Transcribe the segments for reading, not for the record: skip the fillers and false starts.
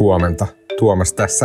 Huomenta, Tuomas tässä.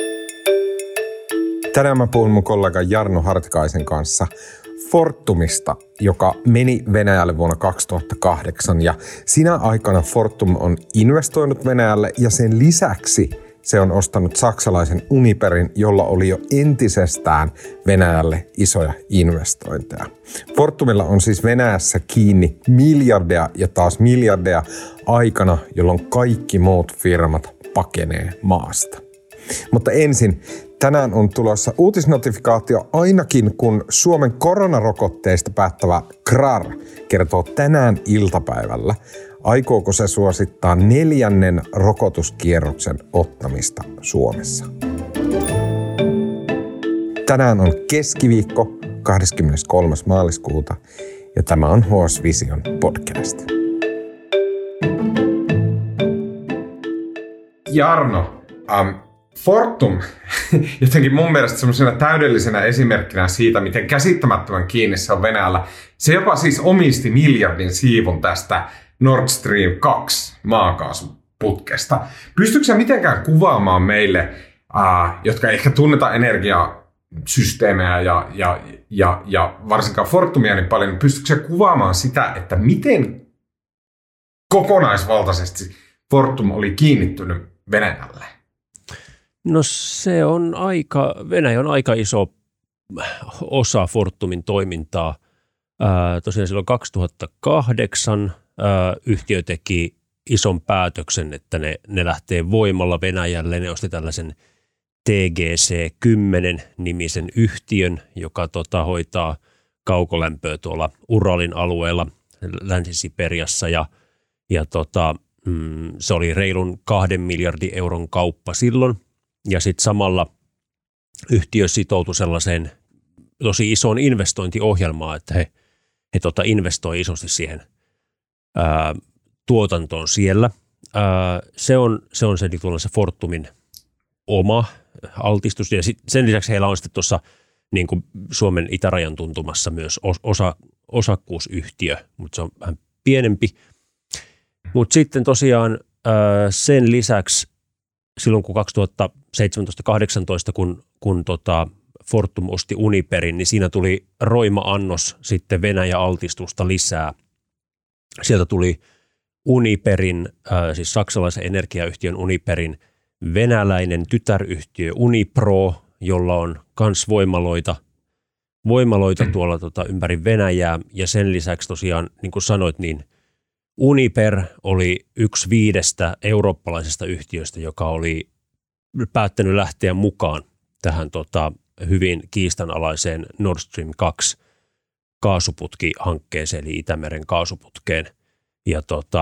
Tänään mä puhun mun kollega Jarno Hartikaisen kanssa Fortumista, joka meni Venäjälle vuonna 2008. Ja sinä aikana Fortum on investoinut Venäjälle ja sen lisäksi se on ostanut saksalaisen Uniperin, jolla oli jo entisestään Venäjälle isoja investointeja. Fortumilla on siis Venäjässä kiinni miljardeja ja taas miljardeja aikana, jolloin kaikki muut firmat pakenee maasta. Mutta ensin, tänään on tulossa uutisnotifikaatio ainakin, kun Suomen koronarokotteista päättävä KRAR kertoo tänään iltapäivällä, aikooko se suosittaa 4. rokotuskierroksen ottamista Suomessa. Tänään on keskiviikko 23. maaliskuuta ja tämä on HS Vision podcast. Jarno, Fortum, jotenkin mun mielestä semmoisena täydellisenä esimerkkinä siitä, miten käsittämättömän kiinni se on Venäjällä. Se jopa siis omisti miljardin siivun tästä Nord Stream 2 maakaasuputkesta. Pystytkö sä mitenkään kuvaamaan meille, jotka ehkä tunnetaan energiasysteemejä ja varsinkaan Fortumia niin paljon, pystytkö sä kuvaamaan sitä, että miten kokonaisvaltaisesti Fortum oli kiinnittynyt Venäjälle? No Venäjä on aika iso osa Fortumin toimintaa. Tosiaan silloin 2008 yhtiö teki ison päätöksen, että ne lähtee voimalla Venäjälle. Ne osti tällaisen TGC-10-nimisen yhtiön, joka hoitaa kaukolämpöä tuolla Uralin alueella Länsi-Siperiassa se oli reilun 2 miljardin euron kauppa silloin. Ja sitten samalla yhtiö sitoutui sellaiseen tosi isoon investointiohjelmaan, että he investoi isosti siihen tuotantoon siellä. Se on se Fortumin oma altistus. Ja sen lisäksi heillä on sitten tuossa niin kuin Suomen itärajan tuntumassa myös osakkuusyhtiö, mutta se on vähän pienempi. Mutta sitten tosiaan sen lisäksi silloin kun 2017-2018, kun Fortum osti Uniperin, niin siinä tuli roima annos sitten Venäjä-altistusta lisää. Sieltä tuli Uniperin, siis saksalaisen energiayhtiön Uniperin venäläinen tytäryhtiö Unipro, jolla on myös voimaloita tuolla ympäri Venäjää. Ja sen lisäksi tosiaan, niin kuin sanoit, niin Uniper oli yksi 5 eurooppalaisesta yhtiöstä, joka oli päättänyt lähteä mukaan tähän hyvin kiistanalaiseen Nord Stream 2 kaasuputkihankkeeseen, eli Itämeren kaasuputkeen. Ja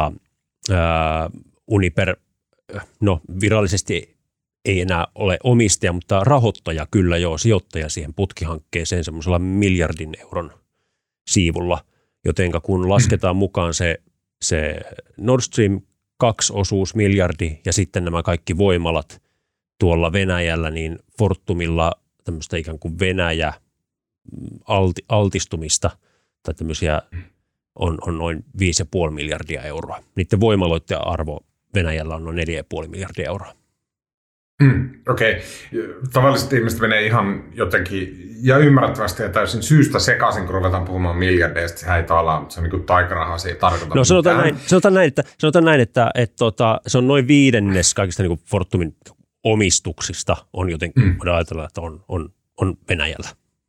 Uniper, virallisesti ei enää ole omistaja, mutta rahoittaja kyllä sijoittaja siihen putkihankkeeseen semmoisella 1 miljardin euron siivulla, jotenka kun lasketaan mukaan se Nord Stream 2-osuus miljardi ja sitten nämä kaikki voimalat tuolla Venäjällä, niin Fortumilla tämmöistä ikään kuin Venäjä-altistumista tai tämmöisiä on noin 5,5 miljardia euroa. Niiden voimaloiden arvo Venäjällä on noin 4,5 miljardia euroa. Okei. Tavallisesti ihmiset menee ihan jotenkin ja ymmärrettävästi ja täysin syystä sekaisin, kun ruvetaan puhumaan miljardeista. Sehän ei tavallaan, se on niin kuin taikarahaa, se ei tarkoita mitään. Sanotaan näin, että se on noin 1/5 kaikista niin kuin Fortumin omistuksista on jotenkin, voidaan ajatella, että on Venäjällä.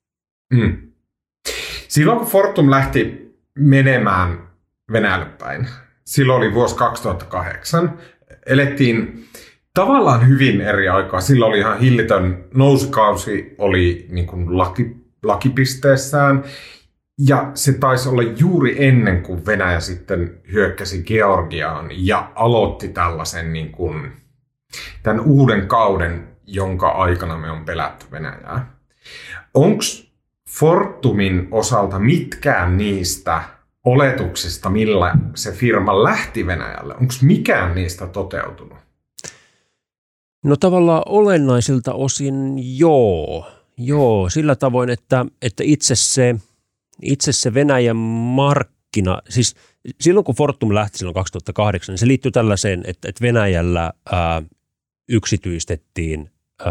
Silloin kun Fortum lähti menemään Venäjälle päin, silloin oli vuosi 2008, elettiin tavallaan hyvin eri aikaa. Silloin oli ihan hillitön nousikausi, oli niin kuin lakipisteessään. Ja se taisi olla juuri ennen kuin Venäjä sitten hyökkäsi Georgiaan ja aloitti tällaisen niin kuin, tämän uuden kauden, jonka aikana me on pelätty Venäjää. Onko Fortumin osalta mitkään niistä oletuksista, millä se firma lähti Venäjälle? Onko mikään niistä toteutunut? No tavallaan olennaisilta osin joo, sillä tavoin, että itse se Venäjän markkina, siis silloin kun Fortum lähti silloin 2008, niin se liittyy tällaiseen, että Venäjällä yksityistettiin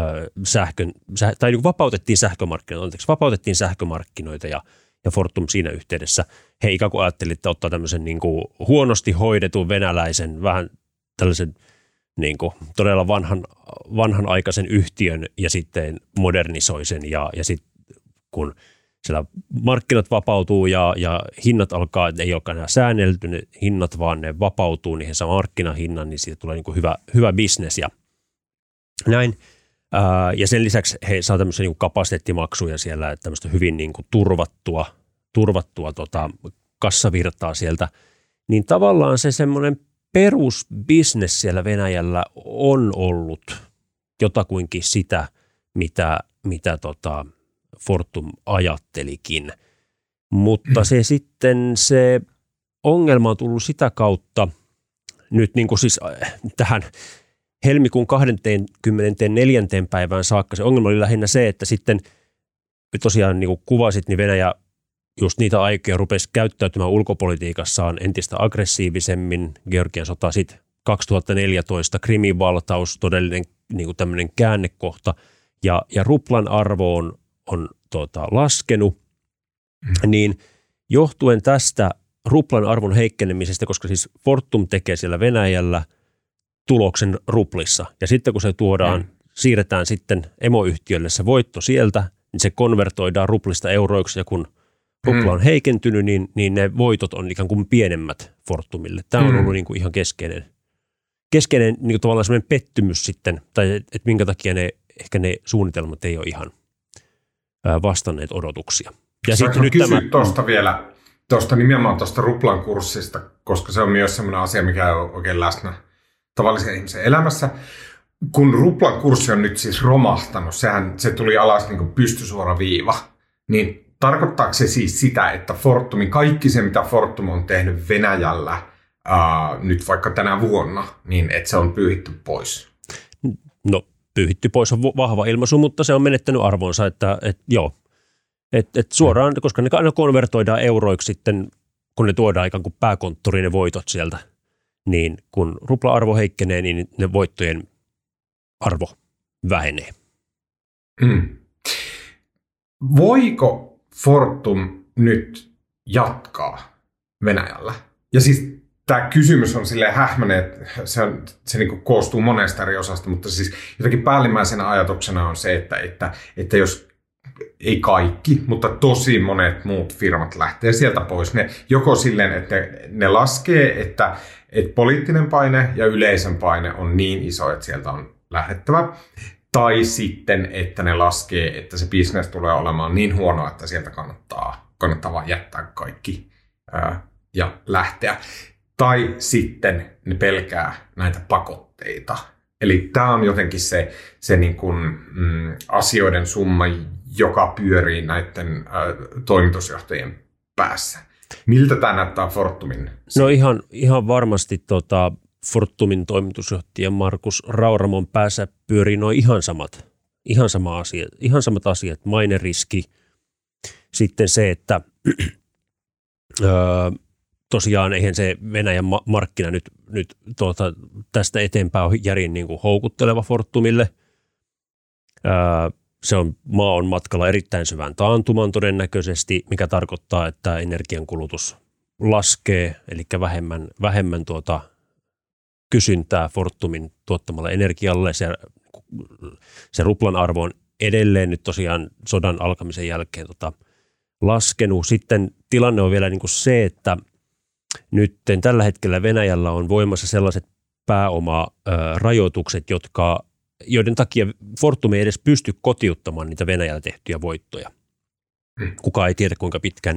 vapautettiin sähkömarkkinoita ja Fortum siinä yhteydessä. He ikään kuin ajattelivat, että ottaa tämmöisen niin kuin huonosti hoidetun venäläisen, vähän tällaisen niin kuin todella vanhanaikaisen yhtiön ja sitten modernisoi sen ja sitten kun siellä markkinat vapautuu ja hinnat alkaa, ei olekaan enää säännelty ne hinnat, vaan ne vapautuu, niin he saa markkinahinnan, niin siitä tulee niin kuin hyvä bisnes ja näin. Ja sen lisäksi he saa tämmöisiä niin kuin kapasiteettimaksuja siellä, tämmöistä hyvin niin kuin turvattua kassavirtaa sieltä. Niin tavallaan se semmoinen perusbisnes siellä Venäjällä on ollut jotakuinkin sitä, mitä Fortum ajattelikin. Mutta se ongelma on tullut sitä kautta nyt niin kuin siis tähän helmikuun 24. päivään saakka. Se ongelma oli lähinnä se, että sitten tosiaan niin kuin kuvasit, niin Venäjä just niitä aikoja rupesi käyttäytymään ulkopolitiikassaan entistä aggressiivisemmin. Georgian sota sitten 2014, Krimin valtaus, todellinen niin kuin tämmöinen käännekohta ja ruplan arvo on laskenut, niin johtuen tästä ruplan arvon heikkenemisestä, koska siis Fortum tekee siellä Venäjällä tuloksen ruplissa ja sitten kun se siirretään sitten emoyhtiölle se voitto sieltä, niin se konvertoidaan ruplista euroiksi ja kun rupla on heikentynyt, niin ne voitot on ikään kuin pienemmät Fortumille. Tämä on ollut niin kuin ihan keskeinen niin kuin tavallaan sellainen pettymys sitten, tai että minkä takia ehkä ne suunnitelmat ei ole ihan vastanneet odotuksia. Ja sitten nyt kysyä tuosta vielä, nimenomaan tuosta ruplan kurssista, koska se on myös sellainen asia, mikä on oikein läsnä tavallisen ihmisen elämässä. Kun ruplan kurssi on nyt siis romahtanut, se tuli alas niin kuin pystysuora viiva, niin tarkoittaako se siis sitä, että kaikki se, mitä Fortum on tehnyt Venäjällä nyt vaikka tänä vuonna, niin että se on pyyhitty pois? No, pyyhitty pois on vahva ilmaisu, mutta se on menettänyt arvonsa, että joo. Et suoraan, koska ne aina konvertoidaan euroiksi sitten, kun ne tuodaan ikään kuin pääkonttoriin ne voitot sieltä, niin kun rupla-arvo heikkenee, niin ne voittojen arvo vähenee. Voiko Fortum nyt jatkaa Venäjällä? Ja siis tämä kysymys on silleen hähmäinen, että se niin kuin koostuu monesta eri osasta, mutta siis jotenkin päällimmäisenä ajatuksena on se, että jos ei kaikki, mutta tosi monet muut firmat lähtee sieltä pois. Ne joko silleen, että ne laskee, että poliittinen paine ja yleisön paine on niin iso, että sieltä on lähdettävä, tai sitten, että ne laskee, että se business tulee olemaan niin huono, että sieltä kannattaa vaan jättää kaikki ja lähteä. Tai sitten ne pelkää näitä pakotteita. Eli tämä on jotenkin se niin kuin, asioiden summa, joka pyörii näiden toimitusjohtajien päässä. Miltä tämä näyttää Fortumin? No ihan varmasti Fortumin toimitusjohtaja Markus Rauramon päässä pyörii noin ihan samat asiat, maineriski. Sitten se, että tosiaan eihän se Venäjän markkina nyt tästä eteenpäin on järin niin kuin houkutteleva Fortumille. Maa on matkalla erittäin syvään taantumaan todennäköisesti, mikä tarkoittaa, että energiankulutus laskee, eli vähemmän kysyntää Fortumin tuottamalle energialle. Se ruplan arvo on edelleen nyt tosiaan sodan alkamisen jälkeen laskenut. Sitten tilanne on vielä niin kuin se, että nyt tällä hetkellä Venäjällä on voimassa sellaiset pääomarajoitukset, joiden takia Fortum ei edes pysty kotiuttamaan niitä Venäjällä tehtyjä voittoja. Kukaan ei tiedä, kuinka pitkään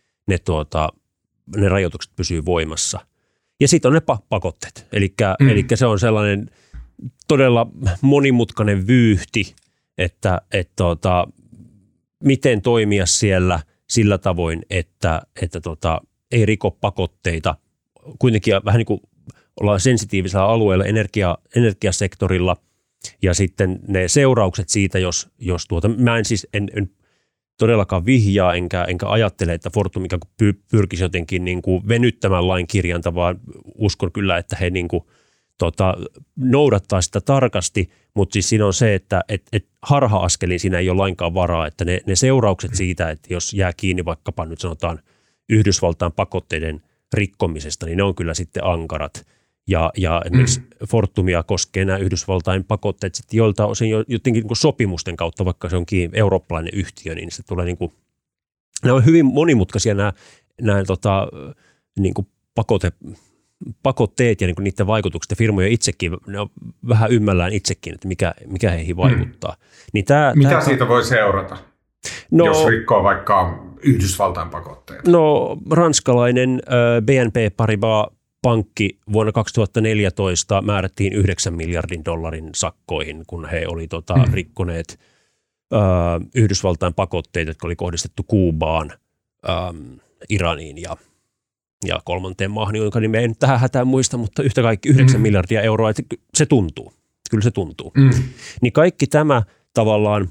ne rajoitukset pysyy voimassa. Ja sitten on ne pakotteet. Eli se on sellainen todella monimutkainen vyyhti, että miten toimia siellä sillä tavoin, että ei riko pakotteita. Kuitenkin vähän niin kuin ollaan sensitiivisellä alueella energiasektorilla ja sitten ne seuraukset siitä, jos mä en todellakaan vihjaa enkä ajattele, että Fortum ikään kuin pyrkisi jotenkin niin kuin venyttämään lain kirjanta, vaan uskon kyllä, että he niin kuin noudattaa sitä tarkasti, mutta siis siinä on se, että harha-askelin siinä ei ole lainkaan varaa, että ne seuraukset siitä, että jos jää kiinni vaikkapa nyt sanotaan Yhdysvaltain pakotteiden rikkomisesta, niin ne on kyllä sitten ankarat. Ja esimerkiksi Fortumia koskee nämä Yhdysvaltain pakotteet sitten joilta osin jotenkin niin sopimusten kautta, vaikka se onkin eurooppalainen yhtiö, niin se tulee nämä on hyvin monimutkaisia nämä niin kuin pakotteet ja niin kuin niiden vaikutukset ja firmoja itsekin, ne on vähän ymmällään itsekin, että mikä heihin vaikuttaa. Niin mitä siitä voi seurata, jos rikkoo vaikka Yhdysvaltain pakotteita? No ranskalainen BNP Paribas pankki vuonna 2014 määrättiin 9 miljardin dollarin sakkoihin, kun he oli rikkoneet Yhdysvaltain pakotteita, jotka oli kohdistettu Kuubaan, Iraniin ja kolmanteen maahan, jonka nimeä en tähän hätään muista, mutta yhtä kaikki 9 miljardia euroa, että se tuntuu. Kyllä se tuntuu. Niin kaikki tämä tavallaan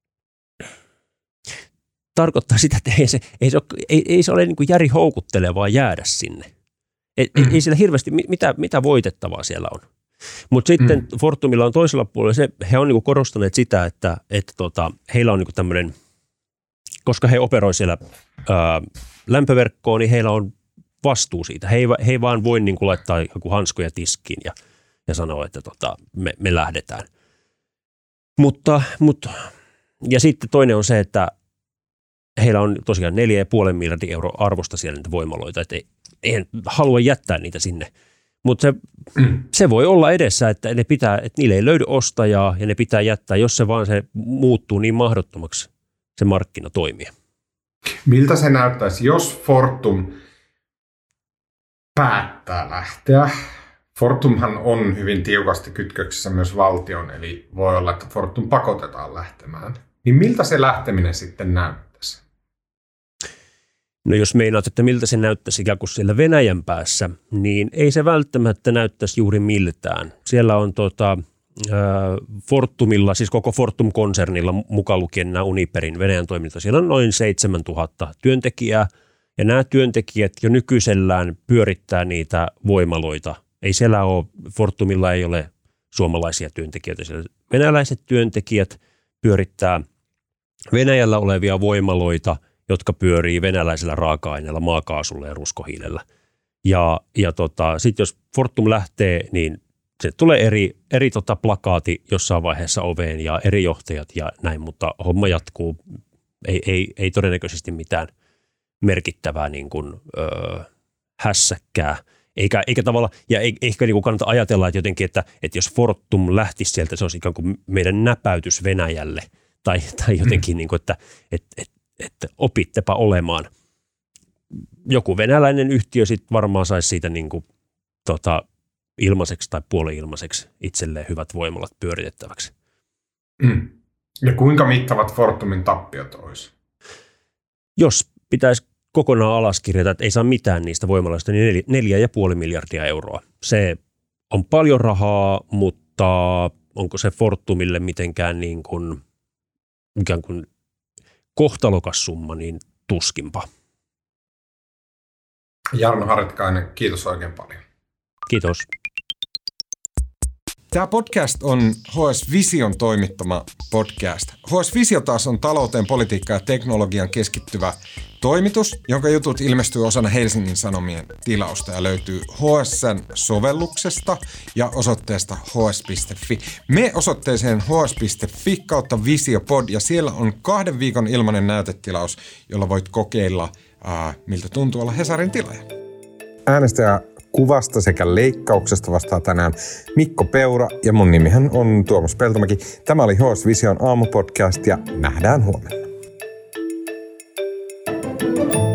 tarkoittaa sitä, että ei se ole niin kuin järi houkuttelevaa jäädä sinne. Ei siellä hirveästi mitä voitettavaa siellä on. Mutta sitten Fortumilla on toisella puolella, he on niinku korostaneet sitä, että heillä on niinku tämmöinen, koska he operoi siellä lämpöverkkoon, niin heillä on vastuu siitä. He ei vaan voi niinku laittaa joku hanskoja tiskiin ja sanoa, että me lähdetään. Mutta ja sitten toinen on se, että heillä on tosiaan 4,5 miljardia euroa arvosta siellä niitä voimaloita, että eihän halua jättää niitä sinne. Mutta se voi olla edessä, että niille ei löydy ostajaa ja ne pitää jättää, jos se vaan se muuttuu niin mahdottomaksi se markkina toimia. Miltä se näyttäisi, jos Fortum päättää lähteä? Fortumhan on hyvin tiukasti kytköksissä myös valtion, eli voi olla, että Fortum pakotetaan lähtemään. Niin miltä se lähteminen sitten näyttäisi? No jos meinaat, että miltä se näyttäisi ikään kuin siellä Venäjän päässä, niin ei se välttämättä näyttäisi juuri miltään. Siellä on Fortumilla, siis koko Fortum-konsernilla mukaan lukien nämä Uniperin Venäjän toiminta, siellä on noin 7000 työntekijää, ja nämä työntekijät jo nykyisellään pyörittää niitä voimaloita. Ei siellä ole, Fortumilla ei ole suomalaisia työntekijöitä, siellä venäläiset työntekijät pyörittää Venäjällä olevia voimaloita, jotka pyörii venäläisellä raaka-aineella, maakaasulla ja ruskohiilellä. Ja sitten jos Fortum lähtee, niin se tulee eri plakaati jossain vaiheessa oveen ja eri johtajat ja näin, mutta homma jatkuu. Ei todennäköisesti mitään merkittävää niin kuin, hässäkkää. Eikä tavalla, ja ehkä niin kuin kannata ajatella, että jotenkin, että jos Fortum lähtisi sieltä, se olisi ikään kuin meidän näpäytys Venäjälle. Tai jotenkin, niin kuin, että opittepa olemaan. Joku venäläinen yhtiö sitten varmaan saisi siitä niin kuin, ilmaiseksi tai puoli-ilmaiseksi itselleen hyvät voimalat pyöritettäväksi. Ja kuinka mittavat Fortumin tappiot olisi? Jos pitäisi kokonaan alaskirjata, että ei saa mitään niistä voimaloista, niin 4,5 miljardia euroa. Se on paljon rahaa, mutta onko se Fortumille mitenkään niin kuin, ikään kuin kohtalokas summa, niin tuskinpa. Jarno Hartikainen, kiitos oikein paljon. Kiitos. Tämä podcast on HS Vision toimittama podcast. HS Visio taas on talouteen, politiikkaan ja teknologian keskittyvä toimitus, jonka jutut ilmestyy osana Helsingin Sanomien tilausta ja löytyy HS:n sovelluksesta ja osoitteesta hs.fi. Me osoitteeseen hs.fi/visiopod ja siellä on 2 viikon ilmainen näytetilaus, jolla voit kokeilla, miltä tuntuu olla Hesarin tilaaja. Äänestäjä kuvasta sekä leikkauksesta vastaa tänään Mikko Peura ja mun nimihän on Tuomas Peltomäki. Tämä oli HS Vision aamupodcast ja nähdään huomenna.